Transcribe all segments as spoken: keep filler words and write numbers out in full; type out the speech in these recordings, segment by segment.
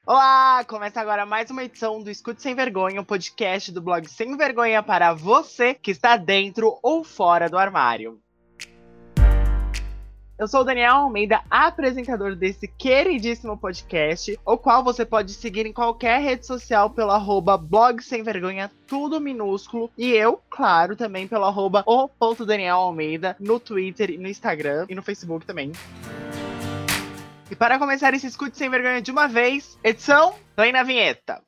Olá! Começa agora mais uma edição do Escute Sem Vergonha, o podcast do blog Sem Vergonha para você que está dentro ou fora do armário. Eu sou o Daniel Almeida, apresentador desse queridíssimo podcast, o qual você pode seguir em qualquer rede social pelo arroba blog Sem Vergonha, tudo minúsculo. E eu, claro, também pelo arroba o Daniel Almeida, no Twitter, no Instagram e no Facebook também. E para começar esse Escute Sem Vergonha de uma vez, edição, vem na vinheta.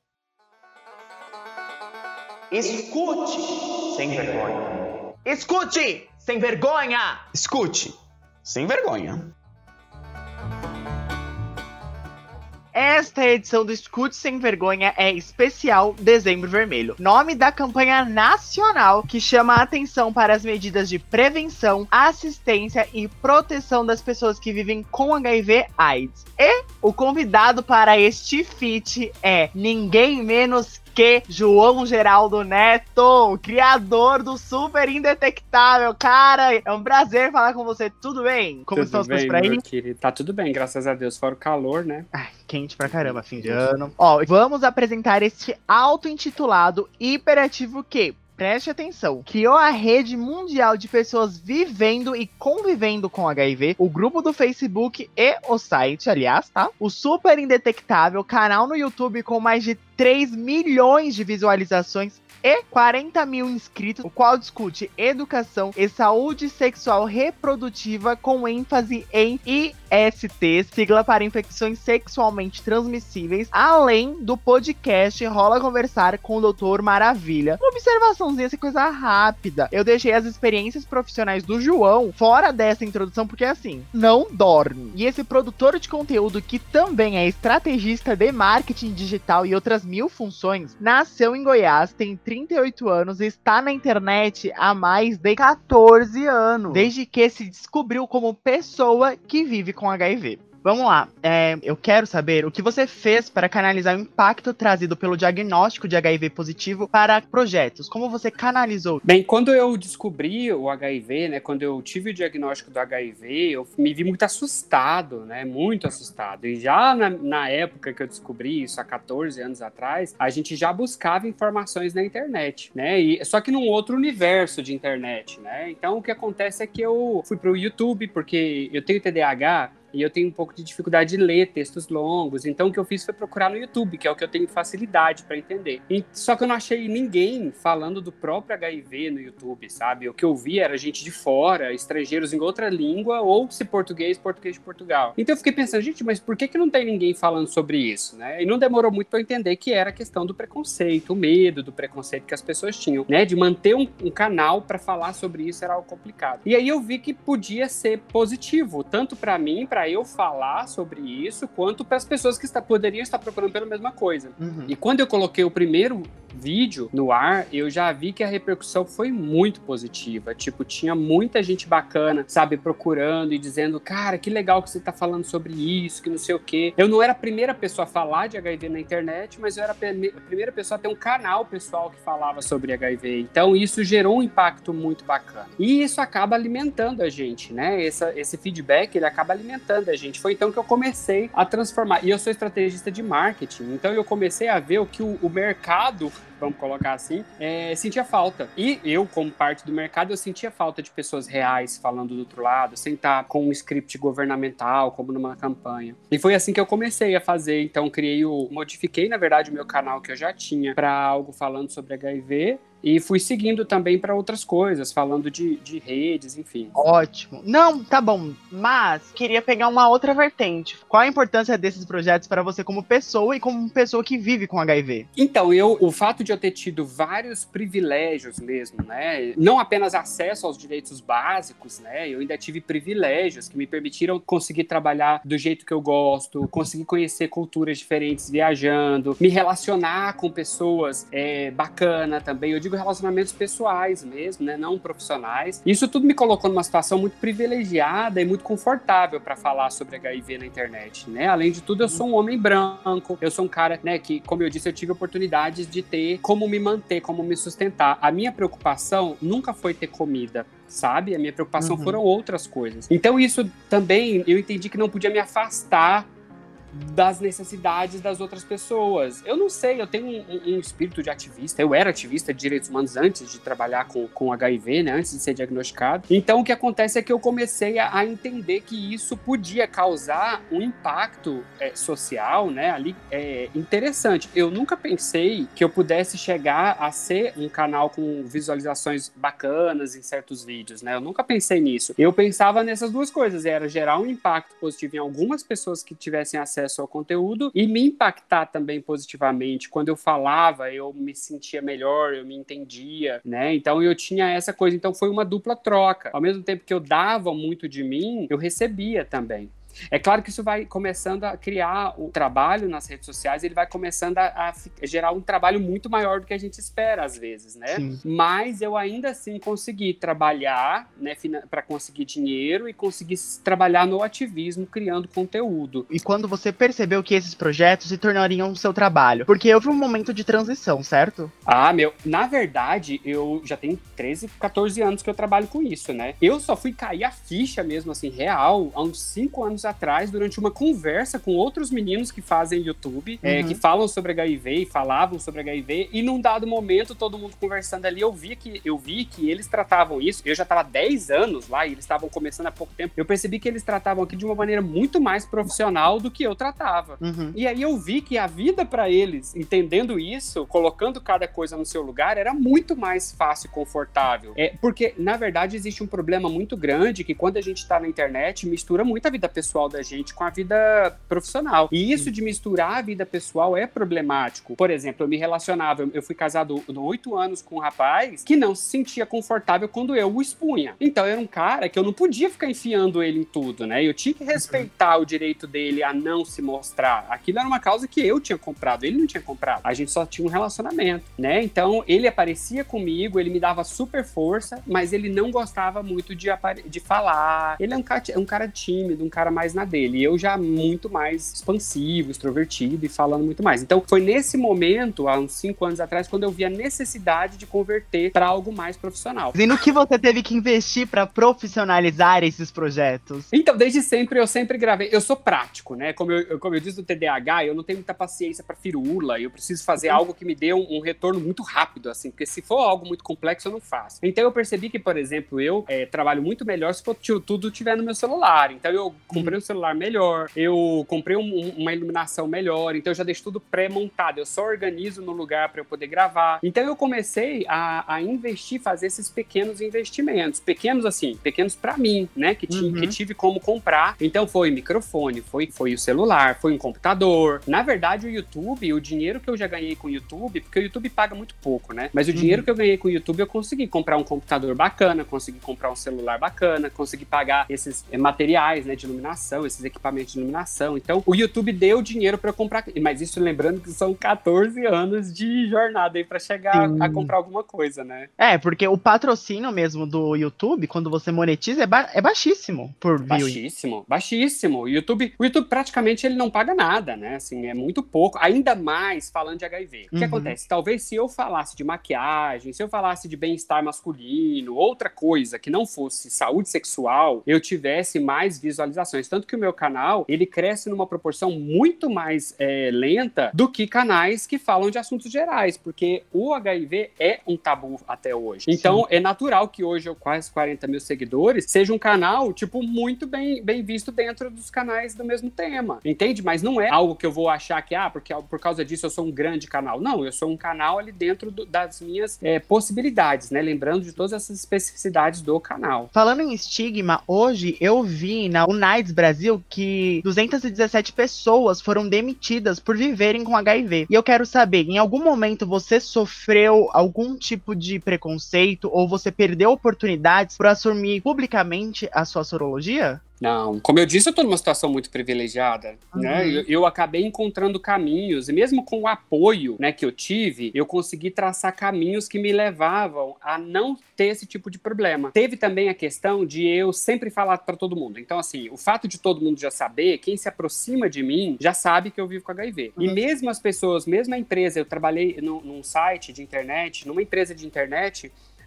Escute sem vergonha. Escute sem vergonha. Escute sem vergonha. Esta edição do Escute Sem Vergonha é especial Dezembro Vermelho, nome da campanha nacional que chama a atenção para as medidas de prevenção, assistência e proteção das pessoas que vivem com H I V AIDS. E o convidado para este feat é ninguém menos que João Geraldo Neto, criador do Super Indetectável. Cara, é um prazer falar com você. Tudo bem? Como tudo estão as bem, coisas por aí? Meu querido? Tá tudo bem, graças a Deus. Fora o calor, né? Ai, quente pra caramba, fim de ano. Ó, vamos apresentar este auto-intitulado hiperativo que... Preste atenção, criou a rede mundial de pessoas vivendo e convivendo com H I V, o grupo do Facebook e o site, aliás, tá? O Super Indetectável, canal no YouTube com mais de três milhões de visualizações e quarenta mil inscritos, o qual discute educação e saúde sexual reprodutiva com ênfase em I S T, sigla para infecções sexualmente transmissíveis, além do podcast Rola Conversar com o doutor Maravilha. Uma observaçãozinha, essa coisa rápida. Eu deixei as experiências profissionais do João fora dessa introdução, porque assim, não dorme. E esse produtor de conteúdo, que também é estrategista de marketing digital e outras mil funções, nasceu em Goiás, tem trinta e oito anos e está na internet há mais de quatorze anos, desde que se descobriu como pessoa que vive com H I V. Vamos lá, é, eu quero saber o que você fez para canalizar o impacto trazido pelo diagnóstico de H I V positivo para projetos. Como você canalizou? Bem, quando eu descobri o H I V, né, quando eu tive o diagnóstico do H I V, eu me vi muito assustado, né, muito assustado. E já na, na época que eu descobri isso, há quatorze anos atrás, a gente já buscava informações na internet, né, e, só que num outro universo de internet, né. Então o que acontece é que eu fui pro YouTube, porque eu tenho T D A H, e eu tenho um pouco de dificuldade de ler textos longos, então o que eu fiz foi procurar no YouTube, que é o que eu tenho facilidade para entender. E, só que eu não achei ninguém falando do próprio H I V no YouTube, sabe? O que eu vi era gente de fora, estrangeiros em outra língua, ou se português, português de Portugal. Então eu fiquei pensando, gente, mas por que que não tem ninguém falando sobre isso, né? E não demorou muito para eu entender que era a questão do preconceito, o medo do preconceito que as pessoas tinham, né? De manter um, um canal para falar sobre isso era algo complicado. E aí eu vi que podia ser positivo, tanto para mim, para para eu falar sobre isso, quanto para as pessoas que está, poderiam estar procurando pela mesma coisa. Uhum. E quando eu coloquei o primeiro vídeo no ar, eu já vi que a repercussão foi muito positiva. Tipo, tinha muita gente bacana, sabe, procurando e dizendo, cara, que legal que você tá falando sobre isso, que não sei o quê. Eu não era a primeira pessoa a falar de H I V na internet, mas eu era a primeira pessoa a ter um canal pessoal que falava sobre H I V. Então, isso gerou um impacto muito bacana. E isso acaba alimentando a gente, né? Essa, esse feedback, ele acaba alimentando a gente. Foi então que eu comecei a transformar. E eu sou estrategista de marketing, então eu comecei a ver o que o, o mercado, vamos colocar assim, é, sentia falta. E eu, como parte do mercado, eu sentia falta de pessoas reais falando do outro lado, sem estar com um script governamental, como numa campanha. E foi assim que eu comecei a fazer. Então, criei o... modifiquei, na verdade, o meu canal que eu já tinha para algo falando sobre H I V. E fui seguindo também para outras coisas, falando de, de redes, enfim. Ótimo. Não, tá bom. Mas queria pegar uma outra vertente. Qual a importância desses projetos para você como pessoa e como pessoa que vive com H I V? Então, eu, o fato de eu ter tido vários privilégios mesmo, né? Não apenas acesso aos direitos básicos, né? Eu ainda tive privilégios que me permitiram conseguir trabalhar do jeito que eu gosto, conseguir conhecer culturas diferentes viajando, me relacionar com pessoas é, bacana também. Eu digo relacionamentos pessoais mesmo, né, não profissionais. Isso tudo me colocou numa situação muito privilegiada e muito confortável para falar sobre H I V na internet, né? Além de tudo, eu sou um homem branco, eu sou um cara, né, que, como eu disse, eu tive oportunidades de ter como me manter, como me sustentar. A minha preocupação nunca foi ter comida, sabe? A minha preocupação uhum. foram outras coisas. Então isso também, eu entendi que não podia me afastar das necessidades das outras pessoas. Eu não sei, eu tenho um, um espírito de ativista, eu era ativista de direitos humanos antes de trabalhar com, com H I V, né, antes de ser diagnosticado. Então, o que acontece é que eu comecei a, a entender que isso podia causar um impacto é, social, né, ali, é, interessante. Eu nunca pensei que eu pudesse chegar a ser um canal com visualizações bacanas em certos vídeos, né, eu nunca pensei nisso. Eu pensava nessas duas coisas, era gerar um impacto positivo em algumas pessoas que tivessem acesso acesso ao conteúdo e me impactar também positivamente. Quando eu falava, eu me sentia melhor, eu me entendia, né? Então eu tinha essa coisa. Então foi uma dupla troca. Ao mesmo tempo que eu dava muito de mim, eu recebia também. É claro que isso vai começando a criar o trabalho nas redes sociais, ele vai começando a, a gerar um trabalho muito maior do que a gente espera às vezes, né? Sim. Mas eu ainda assim consegui trabalhar, né, para conseguir dinheiro e conseguir trabalhar no ativismo, criando conteúdo. E quando você percebeu que esses projetos se tornariam o seu trabalho? Porque houve um momento de transição, certo? Ah, meu, na verdade, eu já tenho treze, quatorze anos que eu trabalho com isso, né? Eu só fui cair a ficha mesmo, assim, real, há uns cinco anos atrás, durante uma conversa com outros meninos que fazem YouTube, uhum. é, que falam sobre H I V e falavam sobre H I V, e num dado momento, todo mundo conversando ali, eu vi que, eu vi que eles tratavam isso, eu já estava há dez anos lá, e eles estavam começando há pouco tempo, eu percebi que eles tratavam aqui de uma maneira muito mais profissional do que eu tratava. Uhum. E aí eu vi que a vida para eles, entendendo isso, colocando cada coisa no seu lugar, era muito mais fácil e confortável. É, porque, na verdade, existe um problema muito grande, que quando a gente está na internet, mistura muito a vida pessoal da gente com a vida profissional. E isso de misturar a vida pessoal é problemático. Por exemplo, eu me relacionava, eu fui casado oito anos com um rapaz que não se sentia confortável quando eu o expunha. Então, era um cara que eu não podia ficar enfiando ele em tudo, né? Eu tinha que respeitar o direito dele a não se mostrar. Aquilo era uma causa que eu tinha comprado, ele não tinha comprado. A gente só tinha um relacionamento, né? Então, ele aparecia comigo, ele me dava super força, mas ele não gostava muito de, de falar. Ele é um cara, um cara tímido, um cara mais na dele. E eu já muito mais expansivo, extrovertido e falando muito mais. Então, foi nesse momento, há uns cinco anos atrás, quando eu vi a necessidade de converter para algo mais profissional. E no que você teve que investir para profissionalizar esses projetos? Então, desde sempre, eu sempre gravei. Eu sou prático, né? Como eu, como eu disse do T D A H, eu não tenho muita paciência para firula. Eu preciso fazer uhum. algo que me dê um, um retorno muito rápido, assim. Porque se for algo muito complexo, eu não faço. Então, eu percebi que, por exemplo, eu é, trabalho muito melhor se for, tudo tiver no meu celular. Então, eu comprei uhum. um celular melhor, eu comprei um, uma iluminação melhor, então eu já deixo tudo pré-montado, eu só organizo no lugar para eu poder gravar. Então eu comecei a, a investir, fazer esses pequenos investimentos, pequenos assim, pequenos para mim, né, que, uhum. que tive como comprar. Então foi microfone, foi, foi o celular, foi um computador. Na verdade o YouTube, o dinheiro que eu já ganhei com o YouTube, porque o YouTube paga muito pouco, né, mas o uhum. dinheiro que eu ganhei com o YouTube eu consegui comprar um computador bacana, consegui comprar um celular bacana, consegui pagar esses materiais, né, de iluminação, esses equipamentos de iluminação. Então, o YouTube deu dinheiro para eu comprar, mas isso lembrando que são quatorze anos de jornada aí para chegar a, a comprar alguma coisa, né? É, porque o patrocínio mesmo do YouTube, quando você monetiza, é, ba é baixíssimo por view. Baixíssimo, baixíssimo. O YouTube, o YouTube praticamente ele não paga nada, né? Assim, é muito pouco, ainda mais falando de H I V. O que uhum. acontece? Talvez se eu falasse de maquiagem, se eu falasse de bem-estar masculino, outra coisa que não fosse saúde sexual, eu tivesse mais visualizações. Tanto que o meu canal, ele cresce numa proporção muito mais é, lenta do que canais que falam de assuntos gerais, porque o H I V é um tabu até hoje. Então, Sim. é natural que hoje eu quase quarenta mil seguidores seja um canal, tipo, muito bem, bem visto dentro dos canais do mesmo tema, entende? Mas não é algo que eu vou achar que, ah, porque por causa disso eu sou um grande canal. Não, eu sou um canal ali dentro do, das minhas é, possibilidades, né? Lembrando de todas essas especificidades do canal. Falando em estigma, hoje eu vi na Unides Brasil que duzentas e dezessete pessoas foram demitidas por viverem com H I V. E eu quero saber, em algum momento você sofreu algum tipo de preconceito ou você perdeu oportunidades por assumir publicamente a sua sorologia? Não, como eu disse, eu tô numa situação muito privilegiada, uhum. né? Eu, eu acabei encontrando caminhos, e mesmo com o apoio, né, que eu tive, eu consegui traçar caminhos que me levavam a não ter esse tipo de problema. Teve também a questão de eu sempre falar pra todo mundo. Então, assim, o fato de todo mundo já saber, quem se aproxima de mim já sabe que eu vivo com H I V. Uhum. E mesmo as pessoas, mesmo a empresa, eu trabalhei no, num site de internet, numa empresa de internet,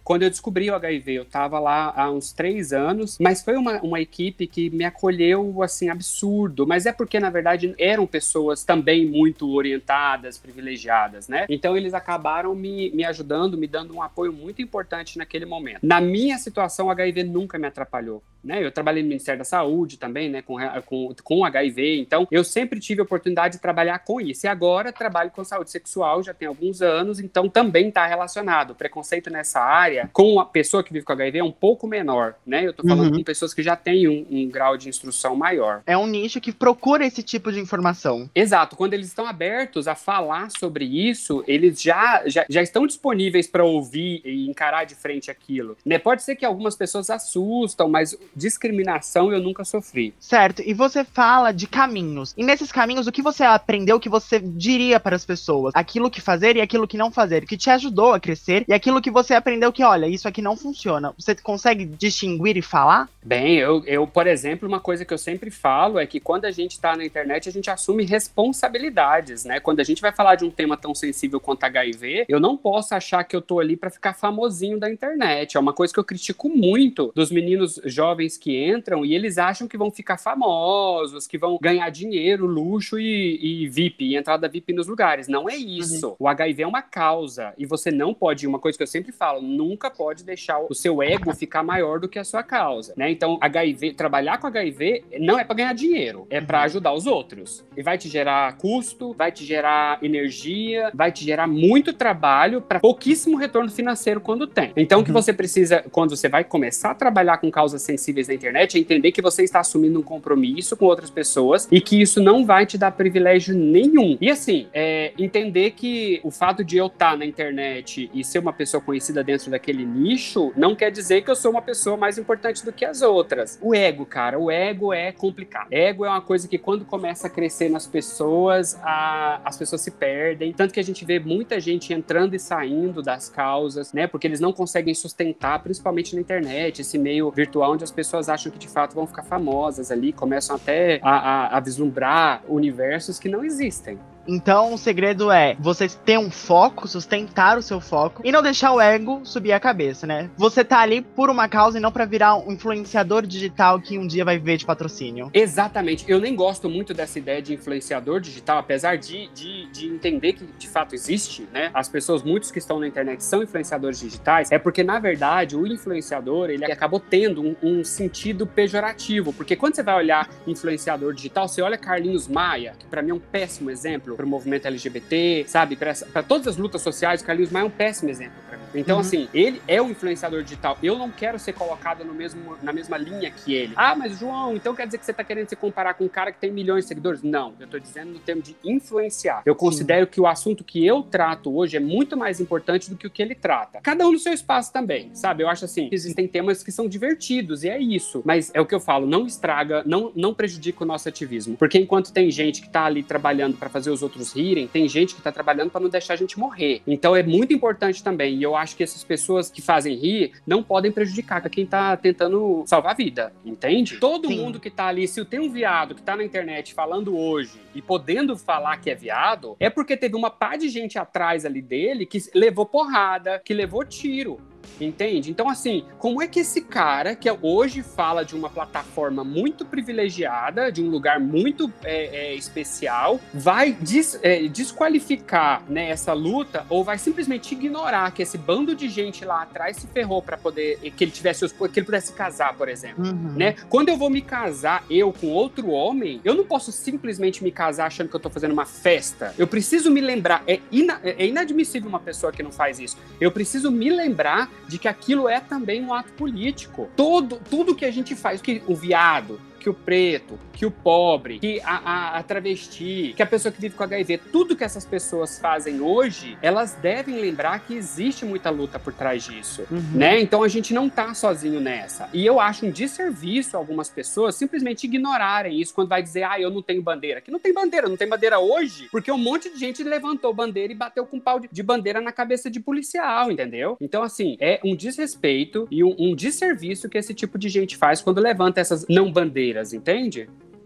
Quando eu descobri o H I V, eu tava lá há uns três anos, mas foi uma, uma equipe que me acolheu, assim, absurdo. Mas é porque, na verdade, eram pessoas também muito orientadas, privilegiadas, né? Então, eles acabaram me, me ajudando, me dando um apoio muito importante naquele momento. Na minha situação, o H I V nunca me atrapalhou, né? Eu trabalhei no Ministério da Saúde também, né? Com, com, com H I V, então eu sempre tive a oportunidade de trabalhar com isso. E agora trabalho com saúde sexual já tem alguns anos, então também está relacionado. O preconceito nessa área, com a pessoa que vive com H I V, é um pouco menor, né? Eu tô falando Uhum. com pessoas que já têm um, um grau de instrução maior. É um nicho que procura esse tipo de informação. Exato. Quando eles estão abertos a falar sobre isso, eles já, já, já estão disponíveis para ouvir e encarar de frente aquilo, né? Pode ser que algumas pessoas assustam, mas discriminação eu nunca sofri. Certo, e você fala de caminhos. E nesses caminhos, o que você aprendeu, o que você diria para as pessoas? Aquilo que fazer e aquilo que não fazer, o que te ajudou a crescer e aquilo que você aprendeu que, olha, isso aqui não funciona. Você consegue distinguir e falar? Bem, eu, eu, por exemplo, uma coisa que eu sempre falo é que quando a gente está na internet, a gente assume responsabilidades, né? Quando a gente vai falar de um tema tão sensível quanto H I V, eu não posso achar que eu tô ali para ficar famosinho da internet. É uma coisa que eu critico muito dos meninos jovens que entram e eles acham que vão ficar famosos, que vão ganhar dinheiro, luxo e, e V I P, e entrada V I P nos lugares. Não é isso. Uhum. O H I V é uma causa e você não pode, uma coisa que eu sempre falo, nunca pode deixar o seu ego ficar maior do que a sua causa, né? Então, H I V, trabalhar com H I V não é para ganhar dinheiro, é para ajudar os outros. E vai te gerar custo, vai te gerar energia, vai te gerar muito trabalho para pouquíssimo retorno financeiro quando tem. Então, uhum. o que você precisa, quando você vai começar a trabalhar com causas sensíveis na internet, é entender que você está assumindo um compromisso com outras pessoas e que isso não vai te dar privilégio nenhum. E assim, é, entender que o fato de eu estar na internet e ser uma pessoa conhecida dentro daquele nicho não quer dizer que eu sou uma pessoa mais importante do que as outras. O ego, cara, o ego é complicado. Ego é uma coisa que quando começa a crescer nas pessoas, a, as pessoas se perdem. Tanto que a gente vê muita gente entrando e saindo das causas, né? Porque eles não conseguem sustentar, principalmente na internet, esse meio virtual onde as pessoas acham que de fato vão ficar famosas ali, começam até a, a, a vislumbrar universos que não existem. Então, o segredo é você ter um foco, sustentar o seu foco e não deixar o ego subir a cabeça, né? Você tá ali por uma causa e não pra virar um influenciador digital que um dia vai viver de patrocínio. Exatamente. Eu nem gosto muito dessa ideia de influenciador digital, apesar de, de, de entender que de fato existe, né? As pessoas, muitos que estão na internet são influenciadores digitais, é porque, na verdade, o influenciador, ele acabou tendo um, um sentido pejorativo, porque quando você vai olhar influenciador digital, você olha Carlinhos Maia, que pra mim é um péssimo exemplo para o movimento L G B T, sabe? Para todas as lutas sociais, o Carlinhos Maia é um péssimo exemplo para mim. Então, uhum. assim, ele é um influenciador digital. Eu não quero ser colocado no mesmo, na mesma linha que ele. Ah, mas João, então quer dizer que você tá querendo se comparar com um cara que tem milhões de seguidores? Não, eu tô dizendo no termo de influenciar. Eu considero Sim. que o assunto que eu trato hoje é muito mais importante do que o que ele trata. Cada um no seu espaço também, sabe? Eu acho assim, existem temas que são divertidos e é isso. Mas é o que eu falo, não estraga, não, não prejudica o nosso ativismo. Porque enquanto tem gente que tá ali trabalhando para fazer os outros rirem, tem gente que tá trabalhando para não deixar a gente morrer. Então é muito importante também, e eu acho que essas pessoas que fazem rir não podem prejudicar quem tá tentando salvar a vida, entende? Todo Sim. mundo que tá ali, se tem um viado que tá na internet falando hoje e podendo falar que é viado, é porque teve uma pá de gente atrás ali dele que levou porrada, que levou tiro. Entende? Então, assim, como é que esse cara, que hoje fala de uma plataforma muito privilegiada, de um lugar muito é, é, especial, vai des, é, desqualificar, né, essa luta, ou vai simplesmente ignorar que esse bando de gente lá atrás se ferrou para poder, que ele tivesse, que ele pudesse casar, por exemplo, uhum. né? Quando eu vou me casar, eu com outro homem, eu não posso simplesmente me casar achando que eu tô fazendo uma festa. Eu preciso me lembrar, é, ina, é inadmissível uma pessoa que não faz isso. Eu preciso me lembrar de que aquilo é também um ato político. Todo, tudo que a gente faz, que o viado, que o preto, que o pobre, que a, a, a travesti, que a pessoa que vive com H I V, tudo que essas pessoas fazem hoje, elas devem lembrar que existe muita luta por trás disso, uhum. né? Então a gente não tá sozinho nessa. E eu acho um desserviço a algumas pessoas simplesmente ignorarem isso quando vai dizer, ah, eu não tenho bandeira. Que não tem bandeira, não tem bandeira hoje, porque um monte de gente levantou bandeira e bateu com pau de, de bandeira na cabeça de policial, entendeu? Então, assim, é um desrespeito e um, um desserviço que esse tipo de gente faz quando levanta essas não bandeiras, entende?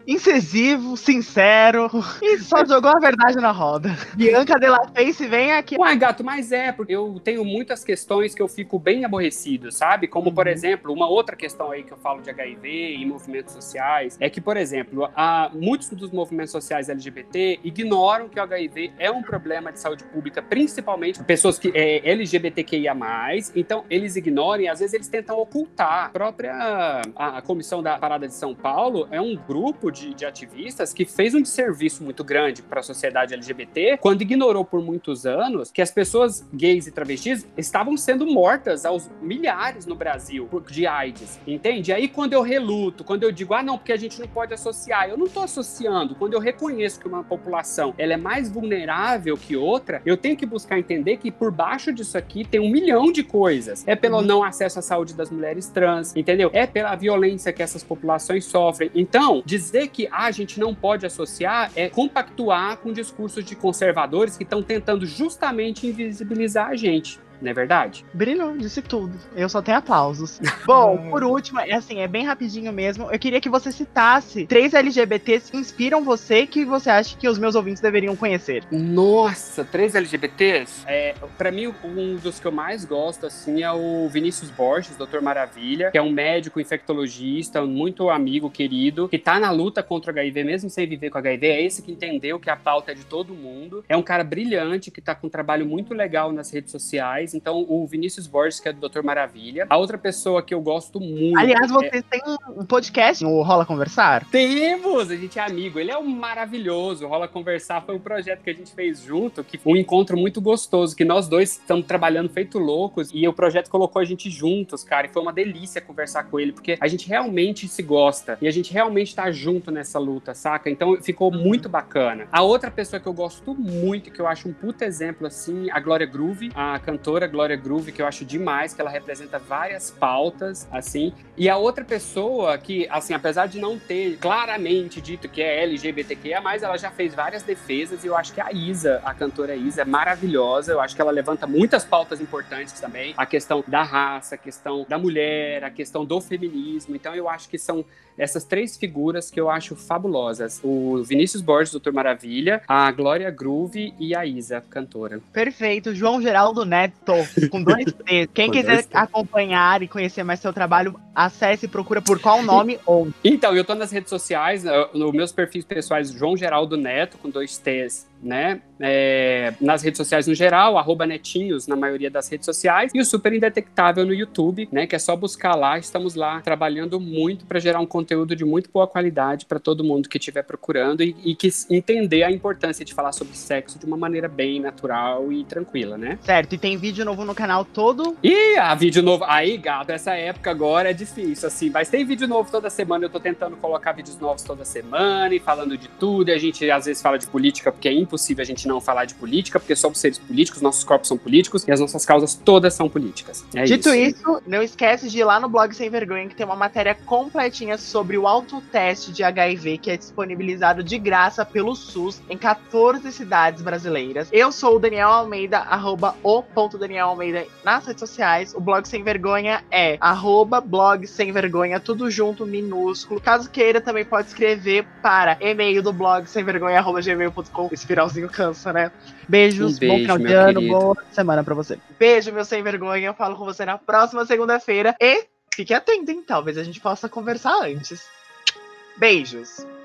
incisivo, sincero e só jogou a verdade na roda. Bianca Della Face, vem aqui. Ué, gato, mas é, porque eu tenho muitas questões que eu fico bem aborrecido, sabe? Como, por exemplo, uma outra questão aí que eu falo de H I V e movimentos sociais, é que, por exemplo, há, muitos dos movimentos sociais L G B T ignoram que o H I V é um problema de saúde pública, principalmente pessoas que é L G B T Q I A mais, então eles ignoram e às vezes eles tentam ocultar. A própria a, a Comissão da Parada de São Paulo é um grupo de, de ativistas que fez um desserviço muito grande para a sociedade L G B T quando ignorou por muitos anos que as pessoas gays e travestis estavam sendo mortas aos milhares no Brasil de AIDS, entende? E aí quando eu reluto, quando eu digo, ah não, porque a gente não pode associar, eu não tô associando. Quando eu reconheço que uma população ela é mais vulnerável que outra, eu tenho que buscar entender que por baixo disso aqui tem um milhão de coisas. É pelo não acesso à saúde das mulheres trans, entendeu? É pela violência que essas populações sofrem. Então, dizer que ah, a gente não pode associar é compactuar com discursos de conservadores que estão tentando justamente invisibilizar a gente. Não é verdade? Brilhou, disse tudo. Eu só tenho aplausos. Bom, por último, é assim, é bem rapidinho mesmo. Eu queria que você citasse três L G B Ts que inspiram você, que você acha que os meus ouvintes deveriam conhecer. Nossa, três L G B Ts? É, pra mim, um dos que eu mais gosto, assim, é o Vinícius Borges, doutor Maravilha, que é um médico infectologista, muito amigo, querido, que tá na luta contra o H I V, mesmo sem viver com H I V. É esse que entendeu que a pauta é de todo mundo. É um cara brilhante, que tá com um trabalho muito legal nas redes sociais. Então, o Vinícius Borges, que é do doutor Maravilha. A outra pessoa que eu gosto muito... Aliás, vocês é... têm um podcast no Rola Conversar? Temos! A gente é amigo. Ele é um maravilhoso. O Rola Conversar foi um projeto que a gente fez junto, que foi um encontro muito gostoso, que nós dois estamos trabalhando feito loucos, e o projeto colocou a gente juntos, cara, e foi uma delícia conversar com ele, porque a gente realmente se gosta, e a gente realmente tá junto nessa luta, saca? Então, ficou muito bacana. A outra pessoa que eu gosto muito, que eu acho um puta exemplo, assim, a Glória Groove, a cantora Glória Groove, que eu acho demais, que ela representa várias pautas, assim. E a outra pessoa que, assim, apesar de não ter claramente dito que é L G B T Q I A mais, ela já fez várias defesas, e eu acho que a Isa, a cantora Isa, é maravilhosa. Eu acho que ela levanta muitas pautas importantes também. A questão da raça, a questão da mulher, a questão do feminismo. Então eu acho que são essas três figuras que eu acho fabulosas. O Vinícius Borges, doutor Maravilha, a Glória Groove e a Isa, cantora. Perfeito. João Geraldo Neto, com dois T's. Quem com quiser acompanhar e conhecer mais seu trabalho, acesse e procura por qual nome ou... Então, eu tô nas redes sociais, nos meus perfis pessoais, João Geraldo Neto, com dois T's, né? É, nas redes sociais no geral, arroba netinhos na maioria das redes sociais, e o Super Indetectável no YouTube, né? Que é só buscar lá. Estamos lá trabalhando muito para gerar um conteúdo de muito boa qualidade para todo mundo que estiver procurando e, e que entender a importância de falar sobre sexo de uma maneira bem natural e tranquila, né? Certo, e tem vídeo novo no canal todo? Ih, a vídeo novo. Aí, gato, essa época agora é difícil, assim, mas tem vídeo novo toda semana. Eu tô tentando colocar vídeos novos toda semana e falando de tudo, e a gente às vezes fala de política, porque é impossível a gente não falar de política, porque somos seres políticos, nossos corpos são políticos e as nossas causas todas são políticas. É Dito isso. isso, não esquece de ir lá no blog Sem Vergonha, que tem uma matéria completinha sobre o autoteste de H I V, que é disponibilizado de graça pelo SUS em quatorze cidades brasileiras. Eu sou o Daniel Almeida, arroba o ponto Daniel Almeida nas redes sociais. O blog Sem Vergonha é arroba blog Sem Vergonha, tudo junto, minúsculo. Caso queira, também pode escrever para e-mail do blog sem vergonha arroba gmail ponto com. Esse finalzinho cansa, né? Beijos, um beijo, bom final de ano, querido. Boa semana pra você. Beijo, meu Sem Vergonha. Eu falo com você na próxima segunda-feira. E fique atento, hein? Talvez a gente possa conversar antes. Beijos.